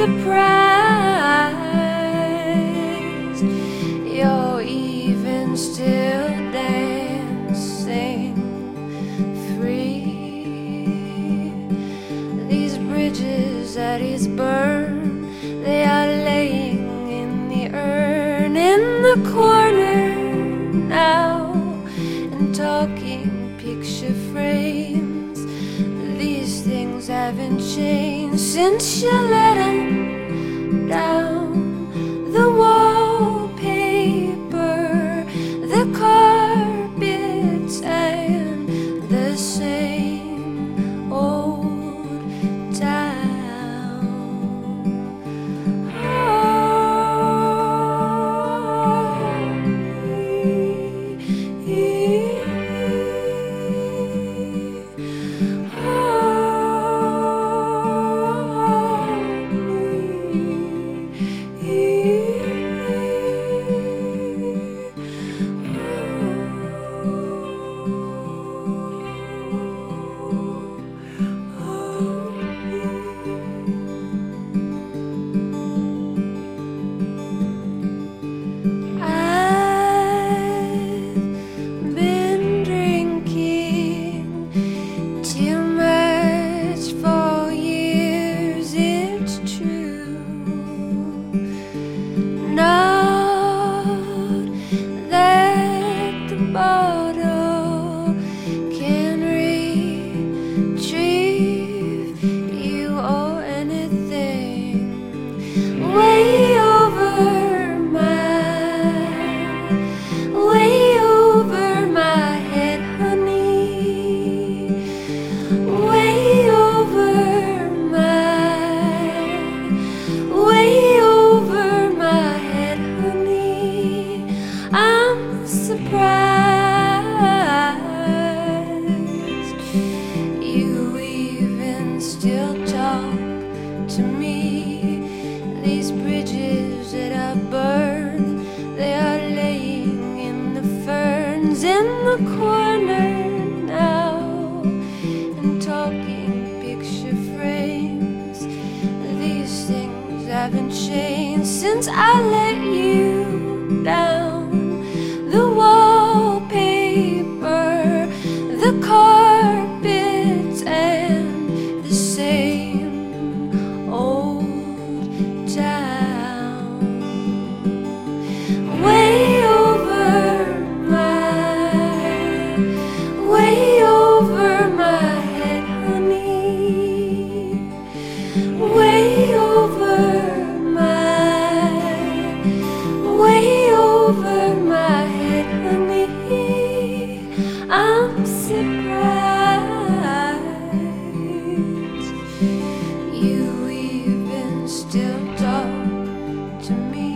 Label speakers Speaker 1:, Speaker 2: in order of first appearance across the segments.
Speaker 1: surprised you're even still dancing free. These bridges that he's burned, they are laying in the urn in the corner now, and talking picture frames. These things haven't changed since you let 'em down. The wallpaper, the carpets, and the same old town. Since I let you down, the wallpaper, the carpets, and the same old town. Way over my head, honey. Way over my head, honey. I'm surprised you even still talk to me.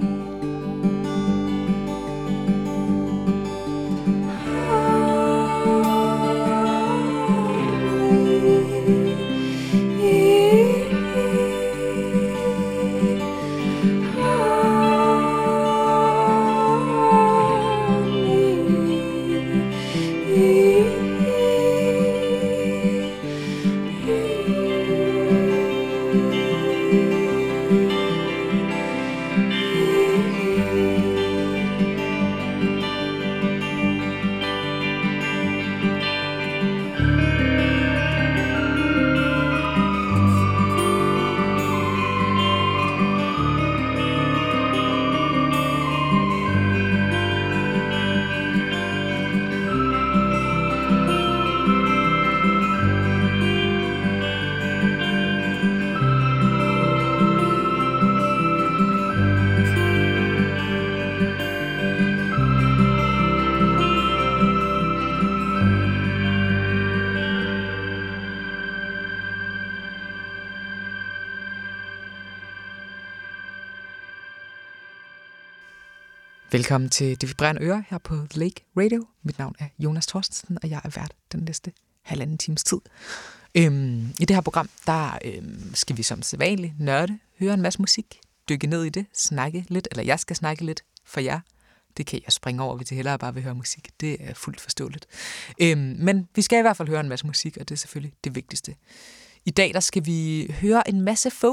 Speaker 2: Velkommen til Det Vibrerende Øre her på Lake Radio. Mit navn er Jonas Thorstensen, og jeg er vært den næste halvanden times tid. I det her program, der skal vi som sædvanligt nørde, høre en masse musik, dykke ned i det, snakke lidt, eller jeg skal snakke lidt for jer. Det kan jeg springe over, hvis I hellere bare vil høre musik. Det er fuldt forståeligt. Men vi skal i hvert fald høre en masse musik, og det er selvfølgelig det vigtigste. I dag der skal vi høre en masse folk.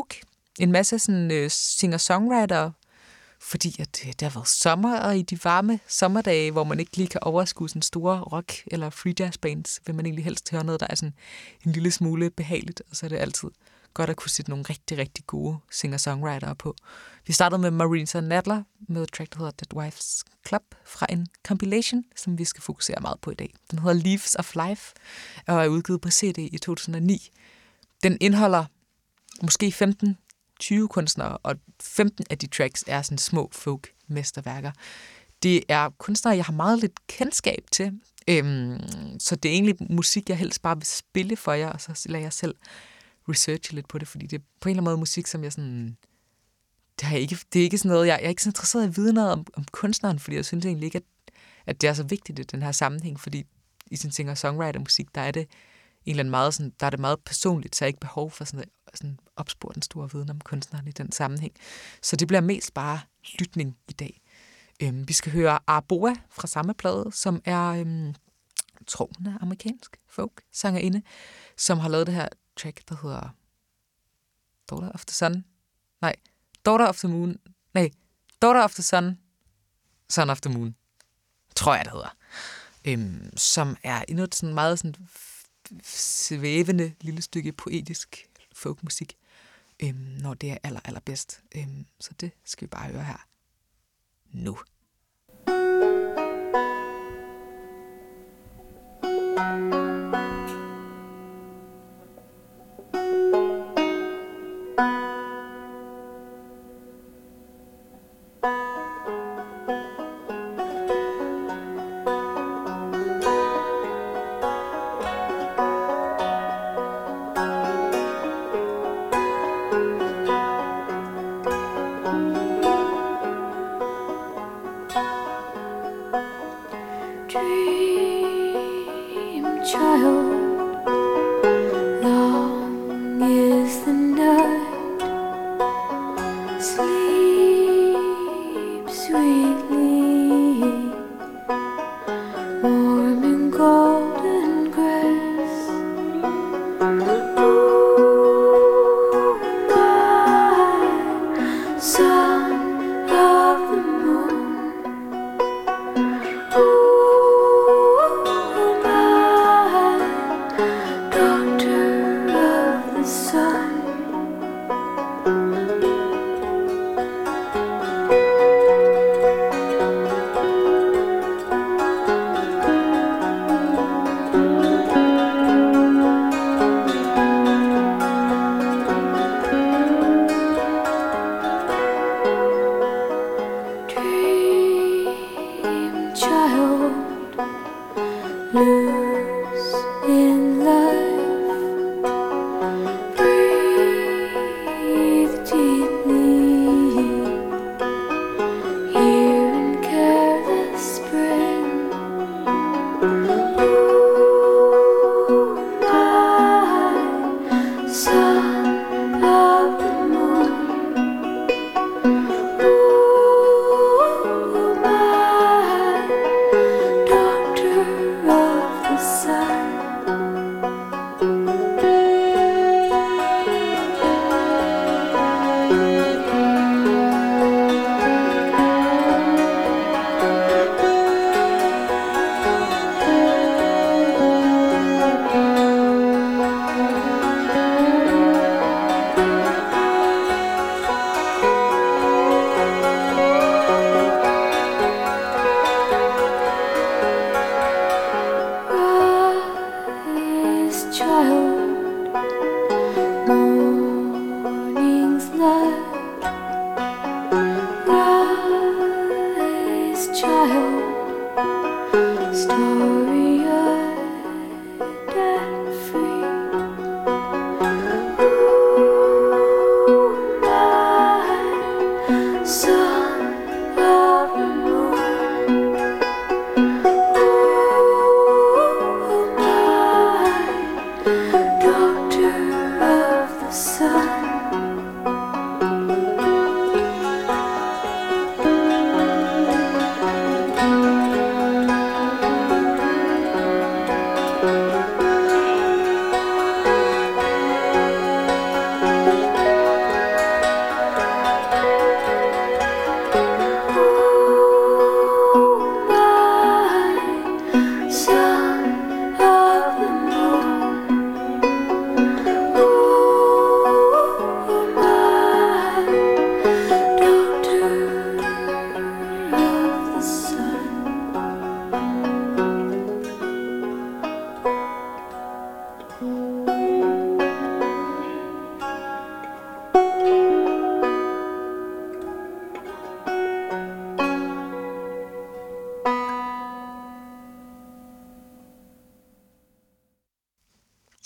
Speaker 2: en masse sådan, singer-songwriter, fordi at det har været sommer, og i de varme sommerdage, hvor man ikke lige kan overskue sådan store rock- eller free jazz bands, vil man egentlig helst høre noget, der er sådan en lille smule behageligt, og så er det altid godt at kunne sætte nogle rigtig, rigtig gode singer-songwriter på. Vi startede med Marisa Nadler med et track, der hedder Dead Wives Club, fra en compilation, som vi skal fokusere meget på i dag. Den hedder Leaves of Life, og er udgivet på CD i 2009. Den indeholder måske 15-20 kunstnere, og 15 af de tracks er sådan små folk-mesterværker. Det er kunstnere, jeg har meget lidt kendskab til, så det er egentlig musik, jeg helst bare vil spille for jer, og så lader jeg selv researche lidt på det, fordi det er på en eller anden måde musik, som jeg sådan... Det er ikke sådan noget, jeg er ikke så interesseret i at vide noget om kunstneren, fordi jeg synes egentlig ikke, at det er så vigtigt i den her sammenhæng, fordi i sin singer-songwriter-musik, der er det en eller anden meget sådan, der er det meget personligt, så jeg har ikke behov for sådan opspore den store viden om kunstneren i den sammenhæng. Så det bliver mest bare lytning i dag. Vi skal høre Arboa fra samme plade, som er troende amerikansk folk-sangerinde, som har lavet det her track, der hedder Daughter of the Sun. Nej, Daughter of the Moon. Nej, Daughter of the Sun. Son of the Moon. Tror jeg, det hedder. Som er endnu et sådan meget sådan svævende lille stykke poetisk folkmusik, når det er allerbedst. Så det skal vi bare høre her nu.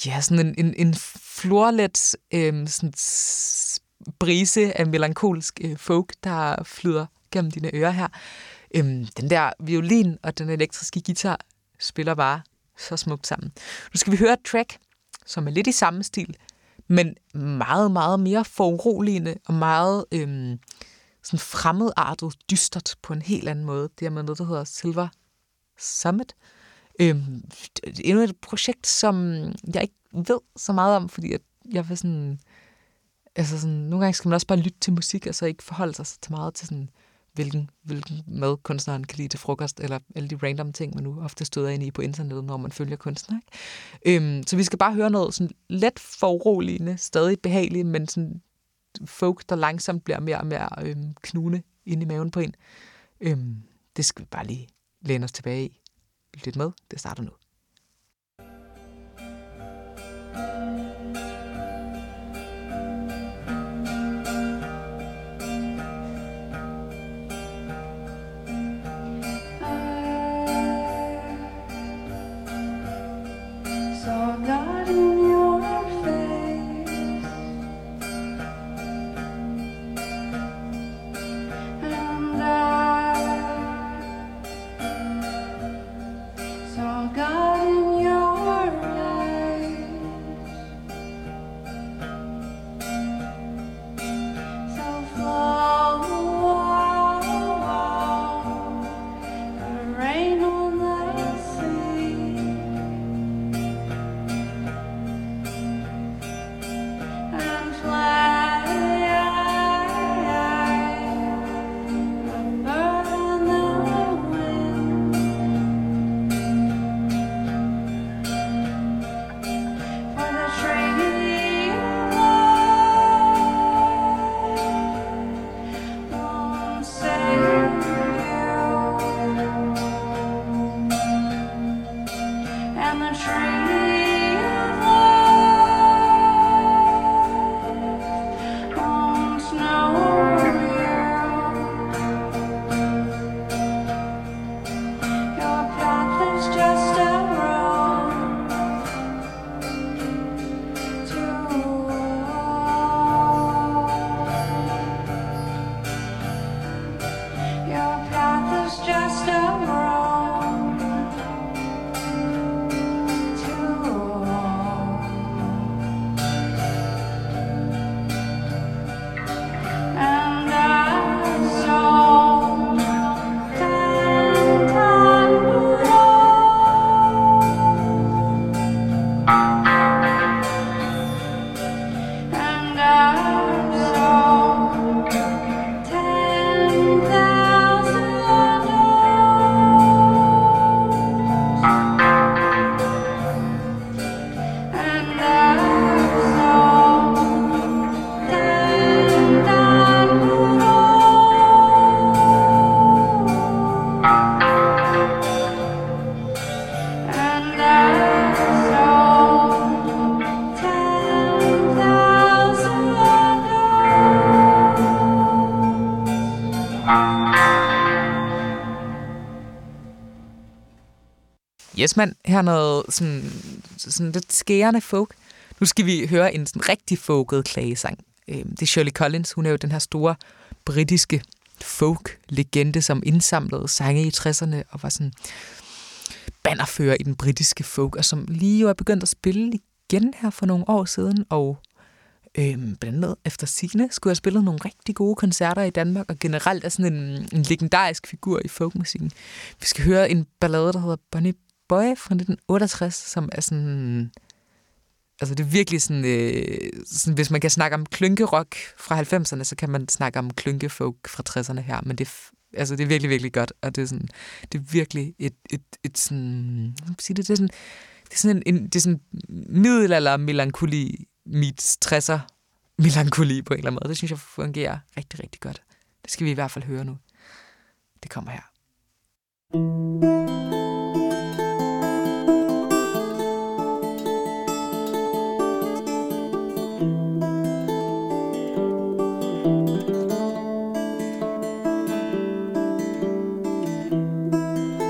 Speaker 2: ja, sådan en florlet sådan brise af melankolsk folk, der flyder gennem dine ører her. Den der violin og den elektriske guitar spiller bare så smukt sammen. Nu skal vi høre et track, som er lidt i samme stil, men meget, meget mere foruroligende og meget sådan fremmedartet, dystert på en helt anden måde. Det er med noget, der hedder Silver Summit. Endnu et projekt, som jeg ikke ved så meget om, fordi jeg vil sådan... Altså sådan, nogle gange skal man også bare lytte til musik, og så ikke forholde sig til meget til sådan, hvilken mad kunstneren kan lide til frokost, eller alle de random ting, man nu ofte støder ind i på internettet, når man følger kunstner. Så vi skal bare høre noget sådan let foruroligende, stadig behageligt, men sådan folk, der langsomt bliver mere og mere knugende inde i maven på en. Det skal vi bare lige læne os tilbage i. Lyt med, det starter nu. Yes, man. Her noget sådan lidt skærende folk. Nu skal vi høre en sådan rigtig folket klagesang. Det er Shirley Collins. Hun er jo den her store britiske folk-legende, som indsamlede sange i 60'erne og var sådan bannerfører i den britiske folk, og som lige jo er begyndt at spille igen her for nogle år siden, og blandt andet efter sigende skulle have spillet nogle rigtig gode koncerter i Danmark, og generelt er sådan en legendarisk figur i folkmusikken. Vi skal høre en ballade, der hedder Bonnie Boy fra 1968, som er sådan... Altså det er virkelig sådan, hvis man kan snakke om klynkerock fra 90'erne, så kan man snakke om klynkefolk fra 60'erne her, men det er virkelig, virkelig godt, og det er virkelig et sådan, det er sådan middelalder melankoli meets 60'er melankoli på en eller anden måde. Det synes jeg fungerer rigtig, rigtig godt. Det skal vi i hvert fald høre nu. Det kommer her.
Speaker 1: I once loved a boy, 'twas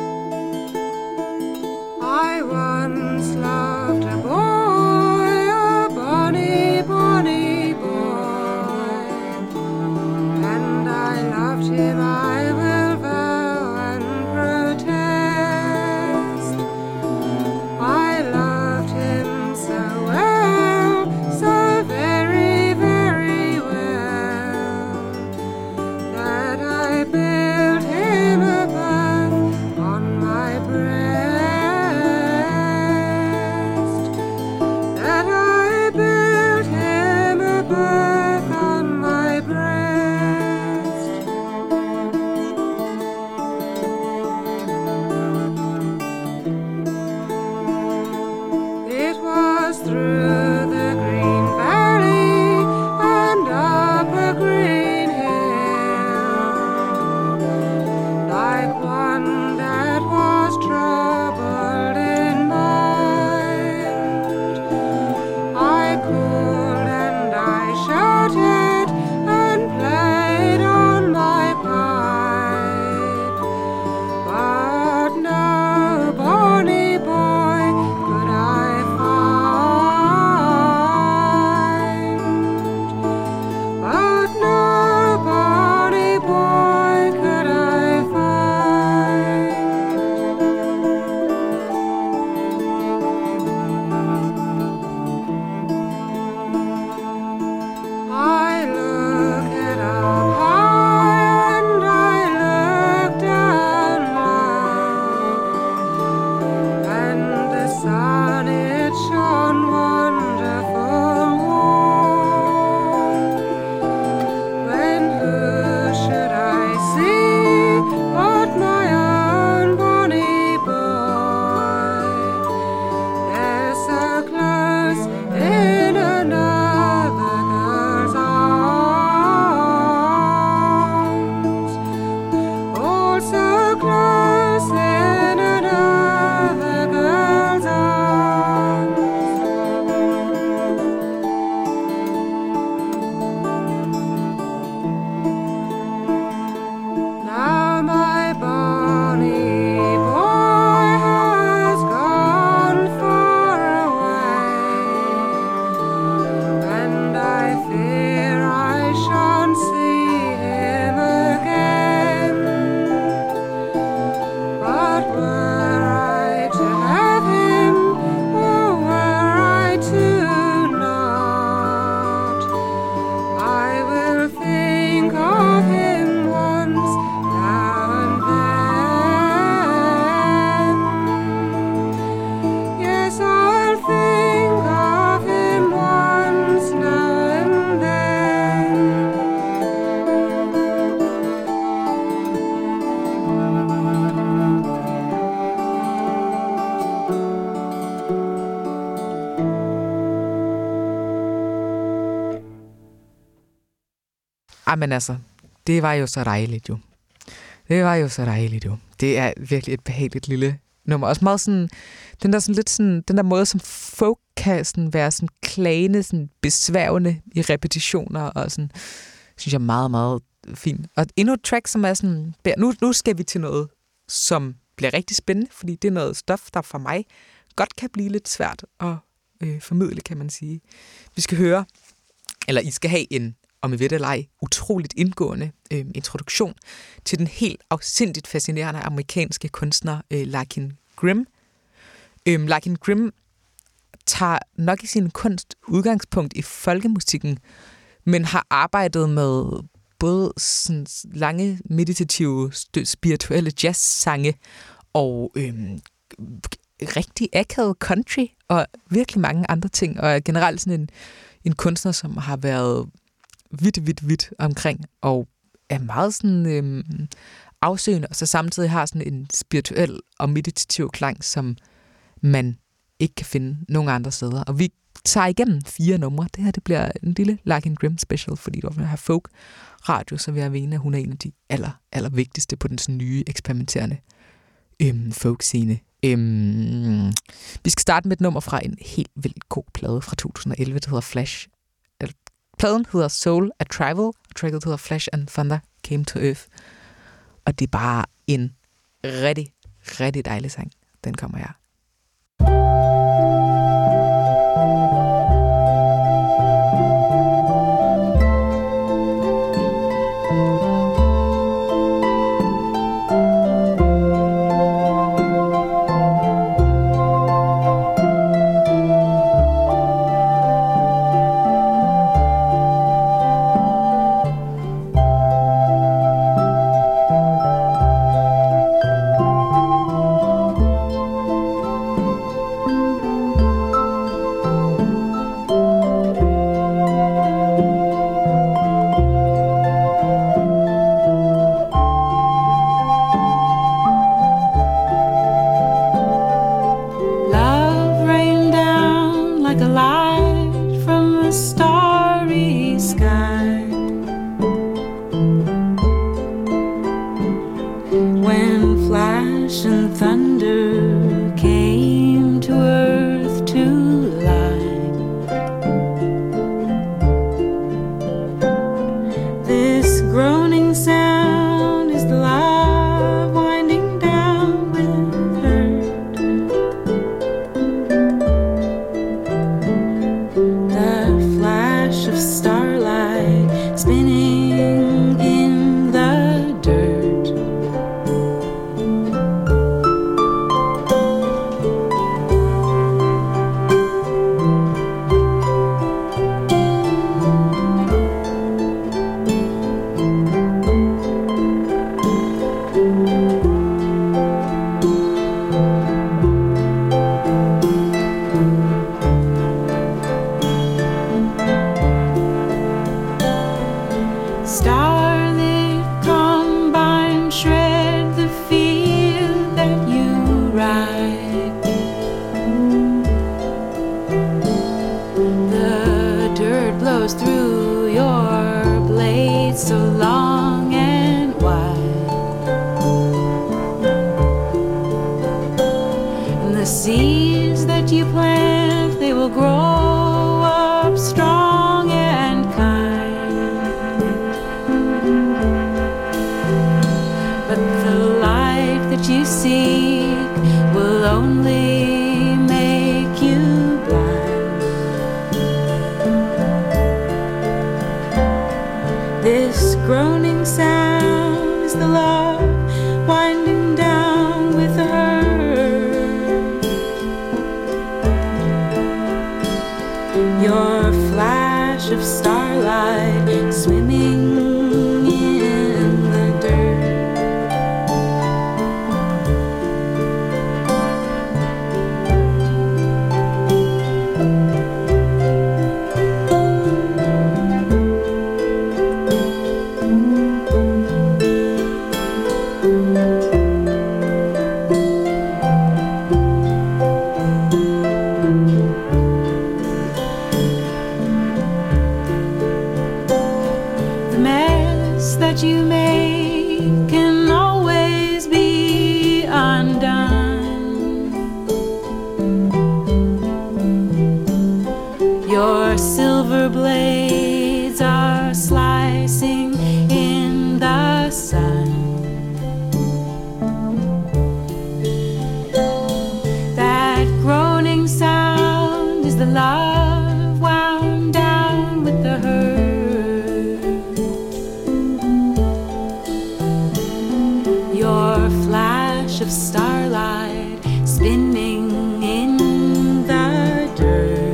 Speaker 2: Men altså, det var jo så dejligt jo. Det var jo så dejligt jo. Det er virkelig et behageligt lille nummer. Også meget sådan, den der sådan lidt sådan, den der måde, som folk kan sådan være sådan klagende, sådan besværgende i repetitioner, og sådan, synes jeg meget, meget fint. Og endnu et track, som er sådan, nu skal vi til noget, som bliver rigtig spændende, fordi det er noget stof, der for mig godt kan blive lidt svært at formidle, kan man sige. Vi skal høre, eller I skal have en, om I ved det eller ej, utroligt indgående introduktion til den helt afsindigt fascinerende amerikanske kunstner Larkin Grimm. Larkin Grimm tager nok i sin kunst udgangspunkt i folkemusikken, men har arbejdet med både sådan lange, meditative, spirituelle jazzsange og rigtig akavet country og virkelig mange andre ting. Og er generelt sådan en kunstner, som har været vidt omkring og er meget sådan afsøgende, og så samtidig har sådan en spirituel og meditativ klang, som man ikke kan finde nogen andre steder. Og vi tager igennem 4 numre. Det her, det bliver en lille Larkin Grimm special, fordi du vil have folk radio, så vil jeg mene, at hun er en af de aller vigtigste på den sådan nye, eksperimenterende folk-scene. Vi skal starte med et nummer fra en helt vildt god plade fra 2011, der hedder Flash. Pladen hedder Soul at Travel, og tracket hedder Flash and Thunder Came to Earth. Og det er bare en rigtig, rigtig dejlig sang. Den kommer her.
Speaker 3: what you make can always be undone. Your silver blades are slicing in the sun. That groaning sound is the love wound down with the hurt. Your flash of starlight spinning in the dirt.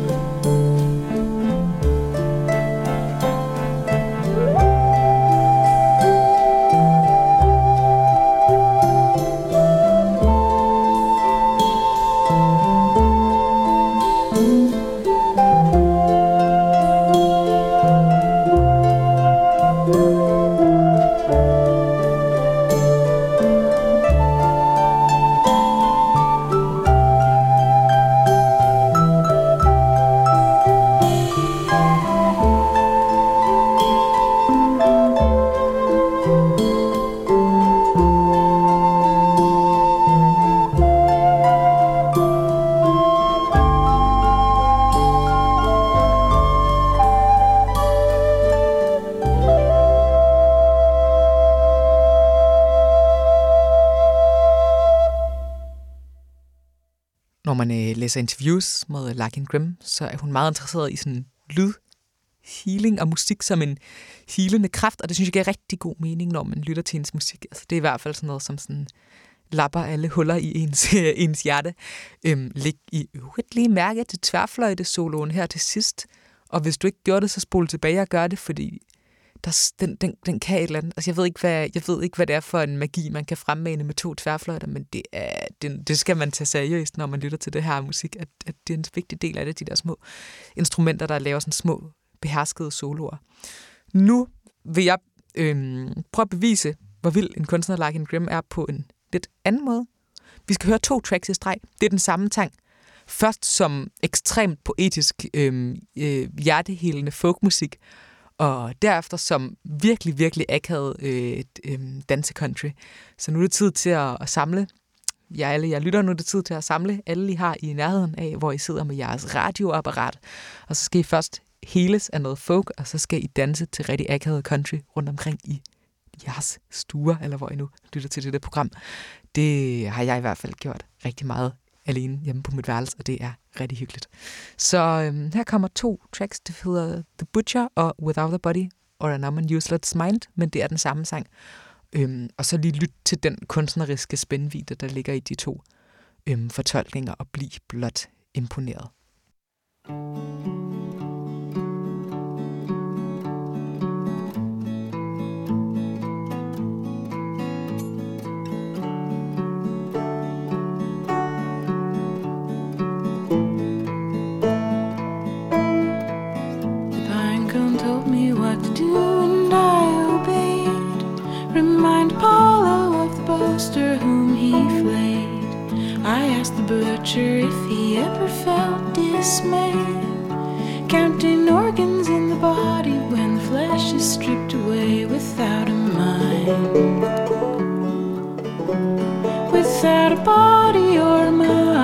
Speaker 2: Når man læser interviews med Larkin Grimm, så er hun meget interesseret i sådan lyd, healing og musik som en healende kraft, og det synes jeg giver rigtig god mening, når man lytter til hendes musik. Altså, det er i hvert fald sådan noget, som sådan lapper alle huller i ens hjerte. Læg i øvrigt lige mærke til tværfløjte-soloen her til sidst, og hvis du ikke gjorde det, så spol tilbage og gør det, fordi den kan et eller andet. Altså, jeg ved ikke, hvad det er for en magi, man kan fremmane med 2 tværfløjter, men det skal man tage seriøst, når man lytter til det her musik, at det er en vigtig del af det, de der små instrumenter, der laver sådan små, beherskede soloer. Nu vil jeg prøve at bevise, hvor vild en kunstner Larkin Grimm er på en lidt anden måde. Vi skal høre 2 tracks i streg. Det er den samme sang. Først som ekstremt poetisk, hjertehælende folkmusik, og derefter som virkelig, virkelig akavet dansecountry. Så nu er det tid til at samle jeg lytter, nu er det tid til at samle alle, I har i nærheden af, hvor I sidder med jeres radioapparat. Og så skal I først heles af noget folk, og så skal I danse til rigtig akavet country rundt omkring i jeres stuer, eller hvor I nu lytter til det program. Det har jeg i hvert fald gjort rigtig meget alene hjemme på mit værelse, og det er rigtig hyggeligt. Så her kommer 2 tracks, det hedder The Butcher og Without a Body or a Numb and Useless Mind, men det er den samme sang. Og så lige lyt til den kunstneriske spændvidde, der ligger i de 2 fortolkninger, og bliv blot imponeret.
Speaker 3: What to do, and I obeyed. Remind Apollo of the boaster whom he flayed. I asked the butcher if he ever felt dismay, counting organs in the body when the flesh is stripped away without a mind. Without a body or a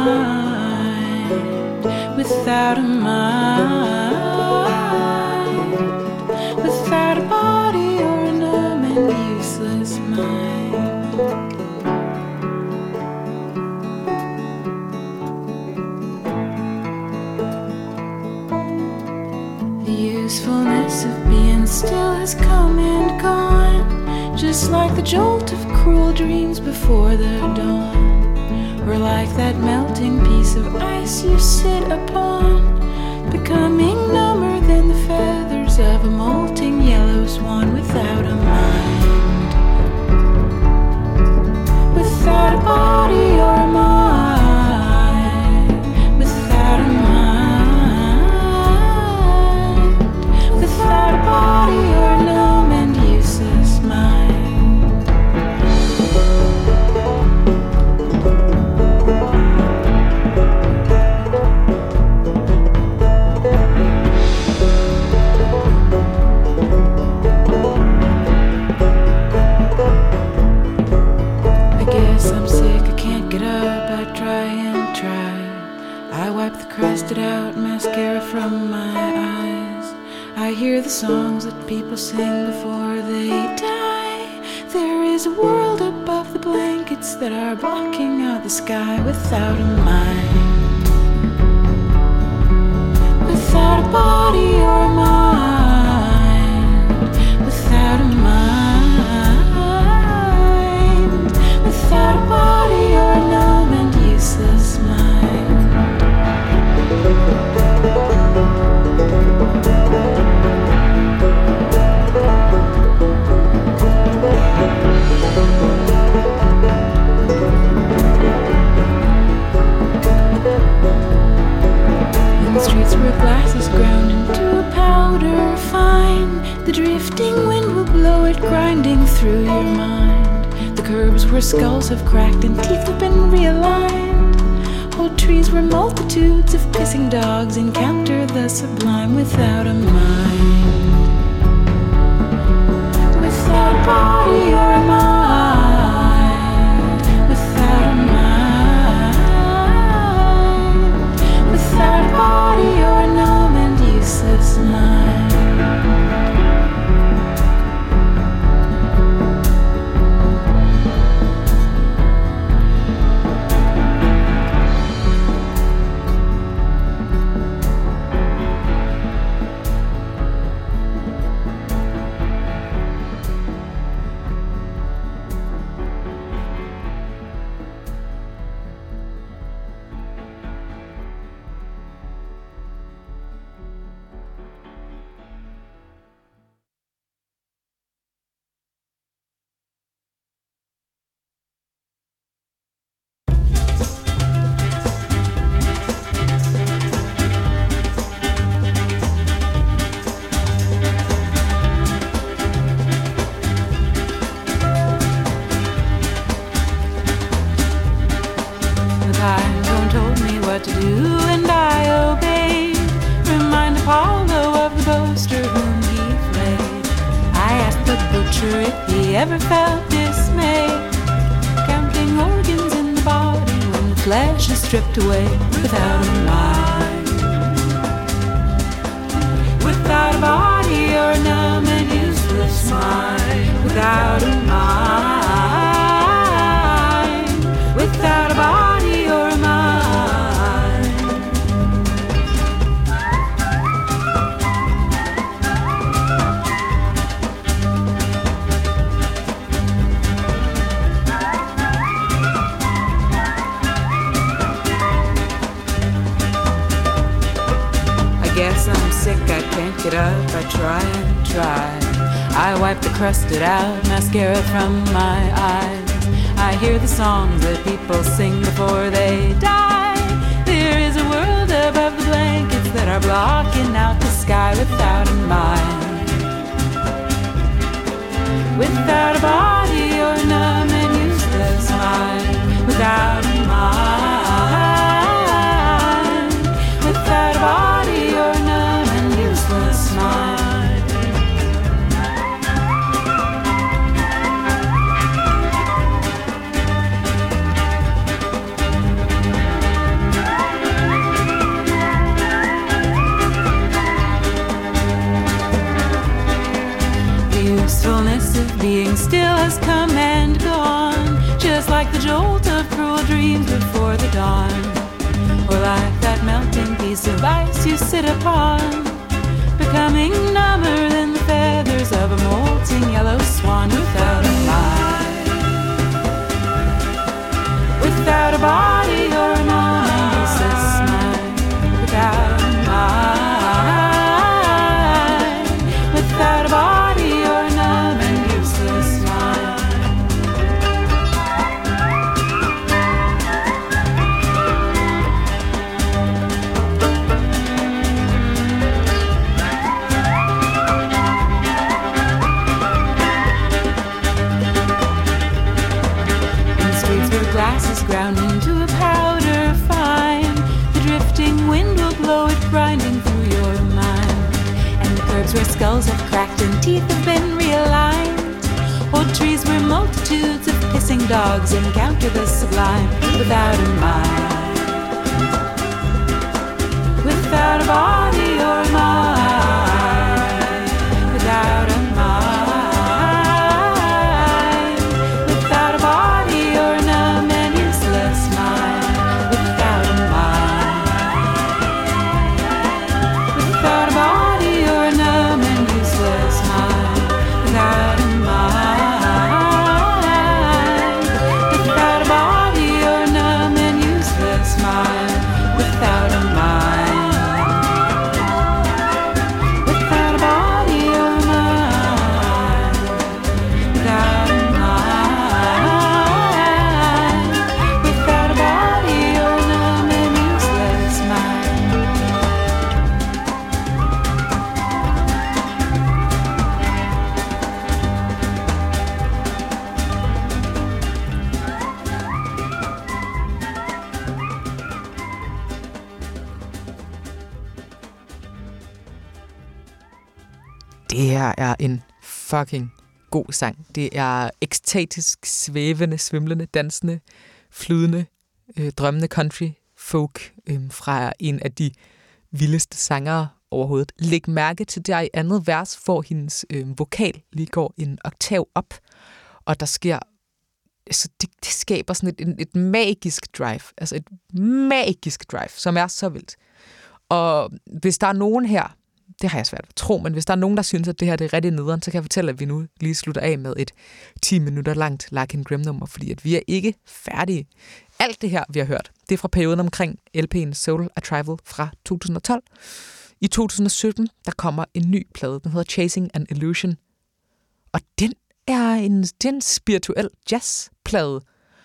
Speaker 3: mind. Without a mind. Without a body or a numb and useless mind. The usefulness of being still has come and gone, just like the jolt of cruel dreams before the dawn, or like that melting piece of ice you sit upon, becoming number than the feathers of a molting yellow swan without a mind. Without a body or a mind. Without a mind. Without a body or a numb and useless mind. I hear the songs that people sing before they die. There is a world above the blankets that are blocking out the sky without a mind, without a body or a mind, without a mind, without a body or a numb and useless mind. In streets where glass is ground into a powder fine, the drifting wind will blow it grinding through your mind. The curbs where skulls have cracked and teeth have been realigned, old trees where multitudes of pissing dogs encounter the sublime without a mind, without a body or a mind, without a mind, without a body or a numb and useless mind. Ever felt dismay, counting organs in the body when the flesh is stripped away, without a mind, without a body or a numb and useless mind, without a mind, without a body or a mind. I'm sick, I can't get up, I try and try. I wipe the crusted out mascara from my eyes. I hear the songs that people sing before they die. There is a world above the blankets that are blocking out the sky without a mind, without a body or a numb and useless mind, without a mind, without a body or a numb and useless mind. The usefulness of being still has come and gone, just like the jolt of cruel dreams before the dawn, or like that melting piece of ice you sit upon, becoming number than the feathers of a molting yellow swan, without a mind, without a body or a non-useless mind, without a mind, without a body or a numb and useless mind. Glass is ground into a powder fine. The drifting wind will blow it grinding through your mind. And the curbs where skulls have cracked and teeth have been realigned. Old trees where multitudes of pissing dogs encounter the sublime, without a mind, without a body or a mind.
Speaker 2: Det her er en fucking god sang. Det er ekstatisk, svævende, svimlende, dansende, flydende, drømmende country folk fra en af de vildeste sangere overhovedet. Læg mærke til der i andet vers, hvor hendes vokal lige går en oktav op, og der sker, altså det skaber sådan et magisk drive, altså et magisk drive, som er så vildt. Og hvis der er nogen her, det har jeg svært ved at tro, men hvis der er nogen, der synes, at det her det er rigtig nederen, så kan jeg fortælle, at vi nu lige slutter af med et 10 minutter langt Larkin Grimm-nummer, fordi at vi er ikke færdige. Alt det her, vi har hørt, det er fra perioden omkring LP'en Soul Arrival fra 2012. I 2017, der kommer en ny plade, den hedder Chasing an Illusion, og den er en spirituel jazzplade,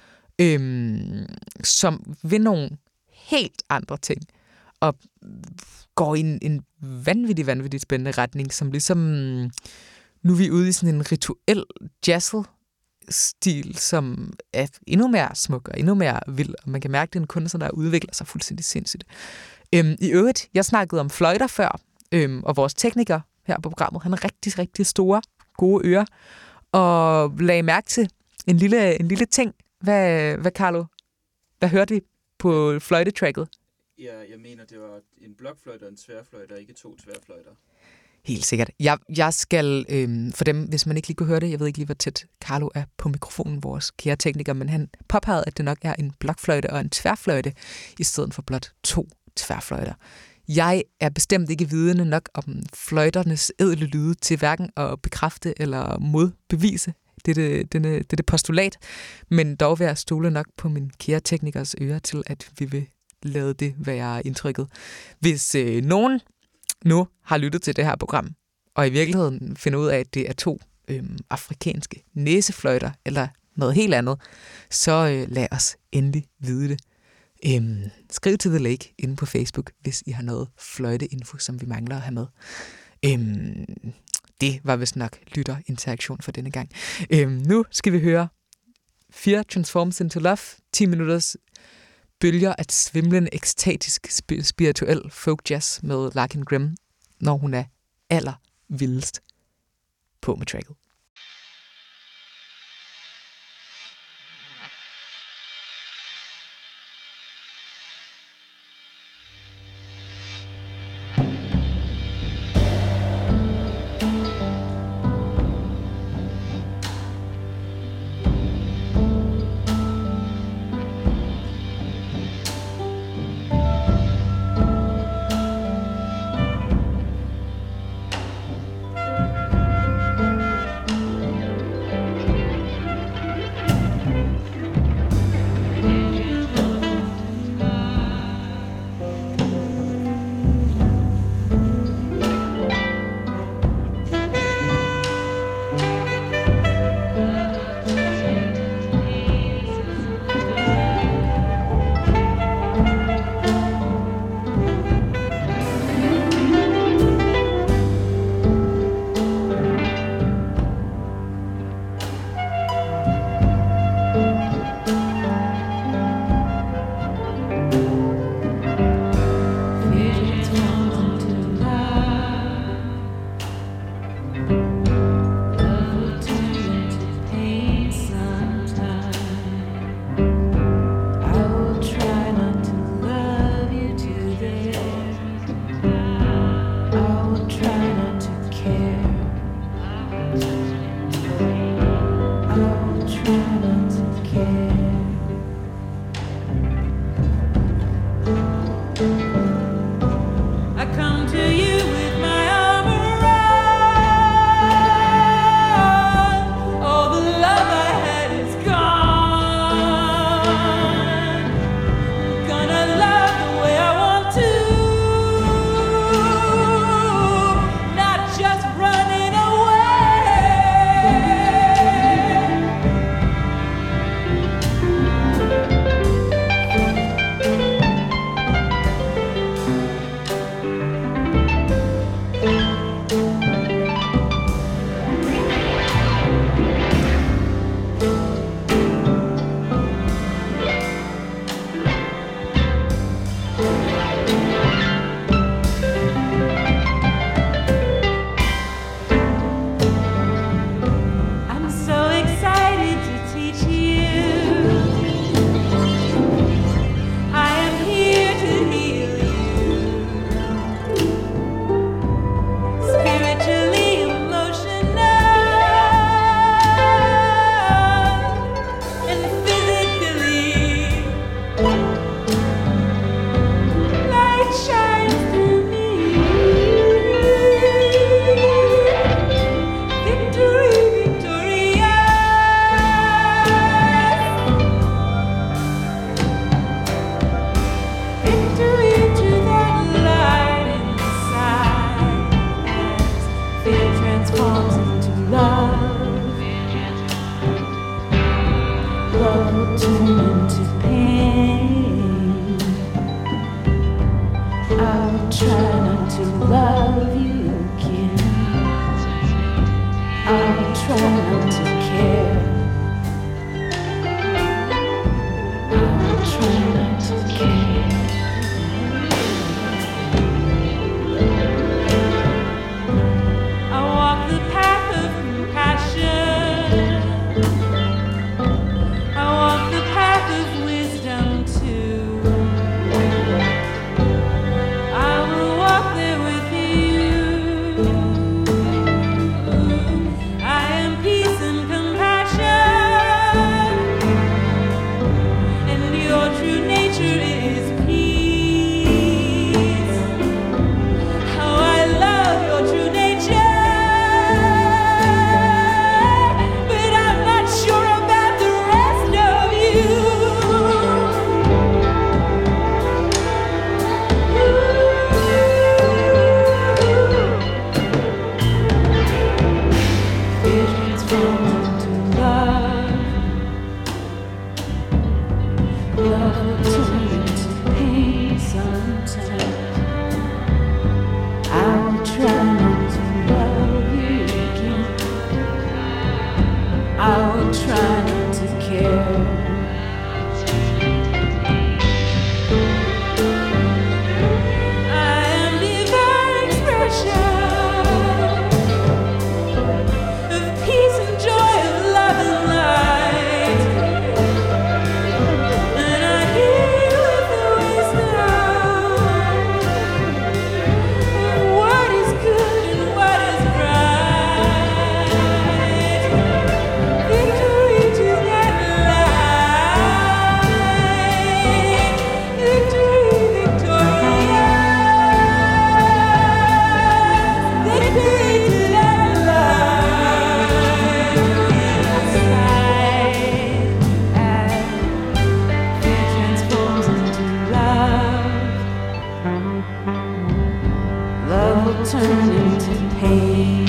Speaker 2: som vil nogle helt andre ting, og går i en vanvittig spændende retning, som ligesom, nu er vi ude i sådan en rituel jazzstil, som er endnu mere smuk og endnu mere vild, og man kan mærke, at det er en kunde, der udvikler sig fuldstændig sindssygt. I øvrigt, jeg snakkede om fløjter før, og vores tekniker her på programmet, han har rigtig store, gode ører, og lagde mærke til en lille ting. Hvad Carlo? Hvad hørte vi på fløjtetracket?
Speaker 4: Ja, jeg mener, det var en blokfløjte og en tværfløjte, og ikke 2 tværfløjter.
Speaker 2: Helt sikkert. Jeg skal, for dem, hvis man ikke lige kunne høre det, jeg ved ikke lige, hvor tæt Carlo er på mikrofonen, vores kære tekniker, men han påpegede, at det nok er en blokfløjte og en tværfløjte, i stedet for blot 2 tværfløjter. Jeg er bestemt ikke vidende nok om fløjternes ædle lyde til hverken at bekræfte eller modbevise det postulat, men dog vil jeg stole nok på min kære teknikers ører til, at vi vil lade det være indtrykket. Hvis nogen nu har lyttet til det her program, og i virkeligheden finder ud af, at det er 2 afrikanske næsefløjter, eller noget helt andet, så lad os endelig vide det. Skriv til The Lake inde på Facebook, hvis I har noget fløjteinfo, som vi mangler at have med. Det var vist nok lytterinteraktion for denne gang. Nu skal vi høre Fear Transforms into Love, 10 minutters bølger af svimlende, ekstatisk, spirituel folk jazz med Larkin Grimm, når hun er allervildest på med tracket.
Speaker 3: transforms into love. Love will turn into pain. I will try not to love you again. I will try not to care. I will try not to care. I walk the path of compassion. I walk the path of wisdom too. I will walk there with you. I am peace and compassion, and your true nature is peace. How I love your true nature, but I'm not sure about the rest of you. Fear transforms into love. Love will turn into pain sometimes. I will try not to love you again. I will try not to care. I am divine expression of peace and joy, of love and light. And I hear with the wisdom of what is good and what is right. Victory to that light. Victory, victorious. Victory to that light. As fear transforms into love, love will turn into pain.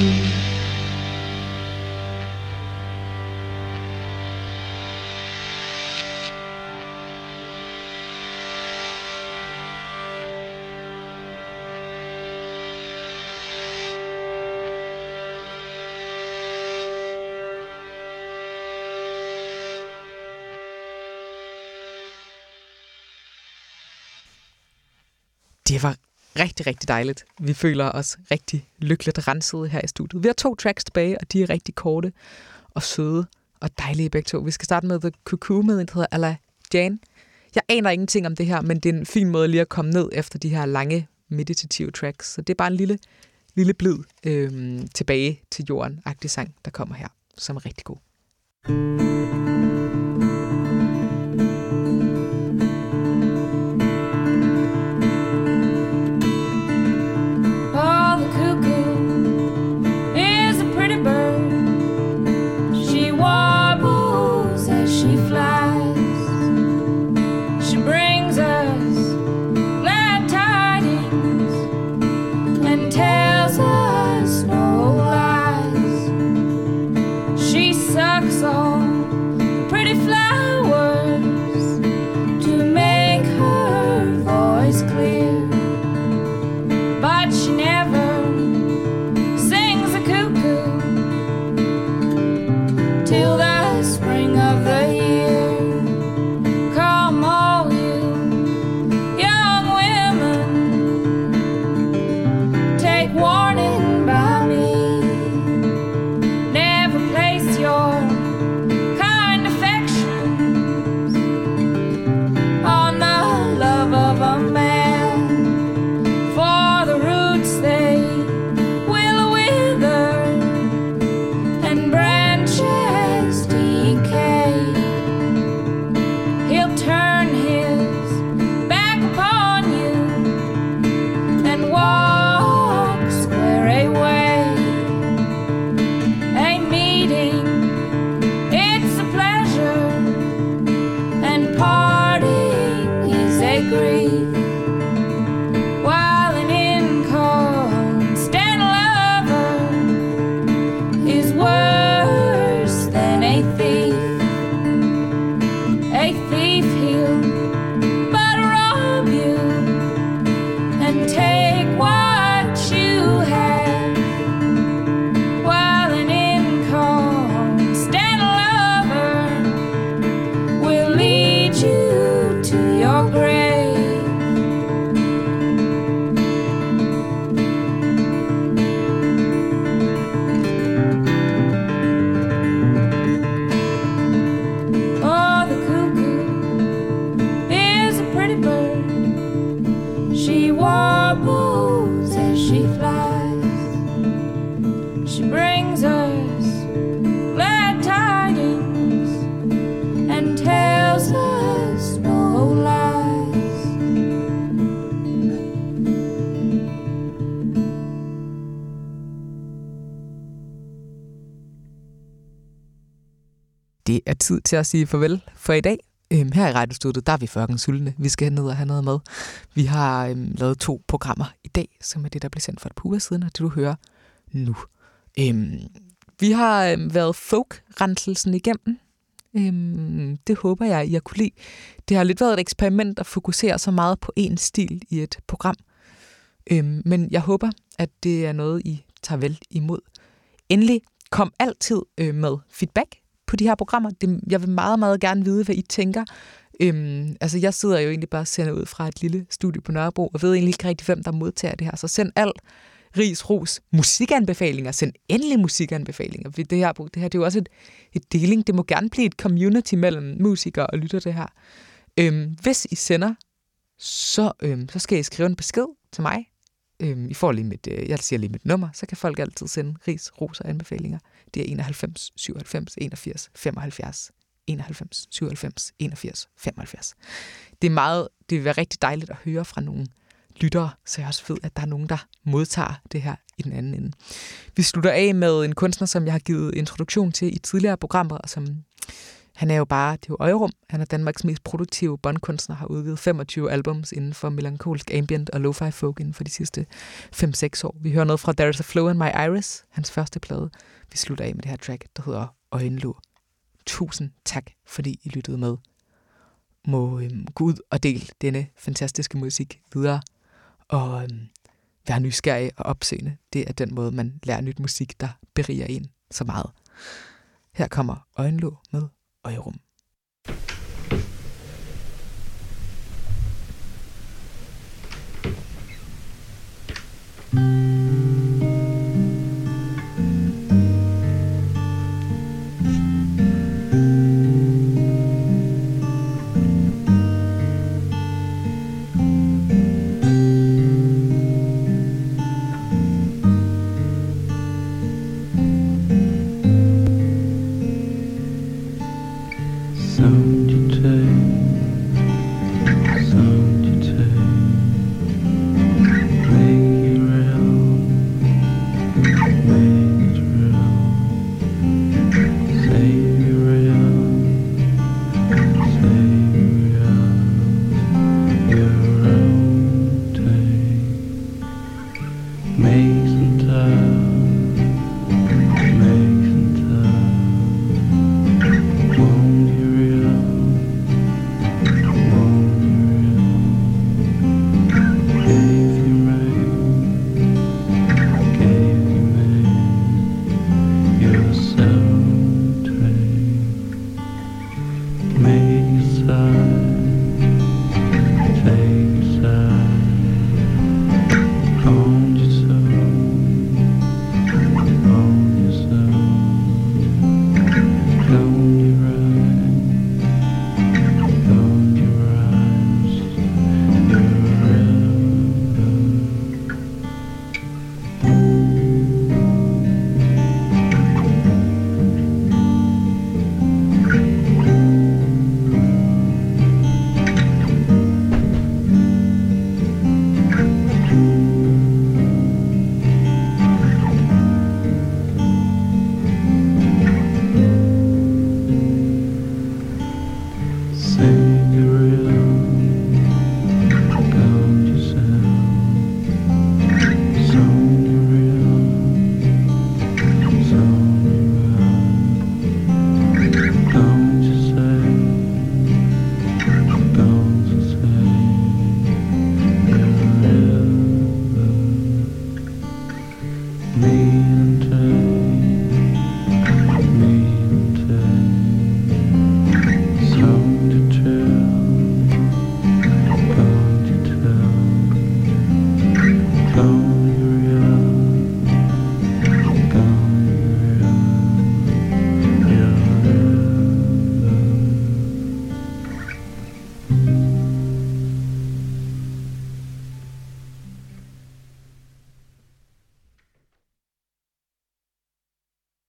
Speaker 2: Det var rigtig, rigtig dejligt. Vi føler os rigtig lykkeligt rensede her i studiet. Vi har 2 tracks tilbage, og de er rigtig korte og søde og dejlige begge to. Vi skal starte med The Cuckoo med en, der hedder Ala Jane. Jeg aner ingenting om det her, men det er en fin måde lige at komme ned efter de her lange meditative tracks. Så det er bare en lille blid tilbage til jorden-agtig sang, der kommer her, som er rigtig god.
Speaker 1: Oh, the cuckoo is a pretty bird. She warbles as she flies. She brings us glad tidings and tells us no lies. She sucks all
Speaker 2: Det er tid til at sige farvel for i dag. Her i radiostudiet, der er vi fucking sultne. Vi skal ned og have noget med. Vi har lavet 2 programmer i dag, som er det, der blev sendt for et par uger siden, og det du hører nu. Vi har været folk-renselsen igennem. Det håber jeg, I har kunne lide. Det har lidt været et eksperiment at fokusere så meget på én stil i et program. Men jeg håber, at det er noget, I tager vel imod. Endelig kom altid med feedback på de her programmer. Jeg vil meget, meget gerne vide, hvad I tænker. Altså, jeg sidder jo egentlig bare og sender ud fra et lille studie på Nørrebro, og ved egentlig ikke rigtig, hvem der modtager det her. Så send alt ris, ros, musikanbefalinger. Send endelig musikanbefalinger. Det her det er jo også et deling. Det må gerne blive et community mellem musikere og lytter det her. Hvis I sender, så skal I skrive en besked til mig. I får lige jeg siger lige mit nummer, så kan folk altid sende ris, ros og anbefalinger. Det er 91 97 81 75. 91 97 81 75. Det vil være rigtig dejligt at høre fra nogle lyttere, så jeg også ved, at der er nogen, der modtager det her i den anden ende. Vi slutter af med en kunstner, som jeg har givet introduktion til i tidligere programmer, og som han er jo bare, det er jo Øjerum. Han er Danmarks mest produktive båndkunstner, har udgivet 25 albums inden for melankolsk ambient og lo-fi folk inden for de sidste 5-6 år. Vi hører noget fra There's a Flow in My Iris, hans første plade. Vi slutter af med det her track, der hedder Øjenlåg. Tusind tak, fordi I lyttede med. Må gå ud og dele denne fantastiske musik videre, og være nysgerrig og opsøgende. Det er den måde, man lærer nyt musik, der beriger en så meget. Her kommer Øjenlåg med Øjerum.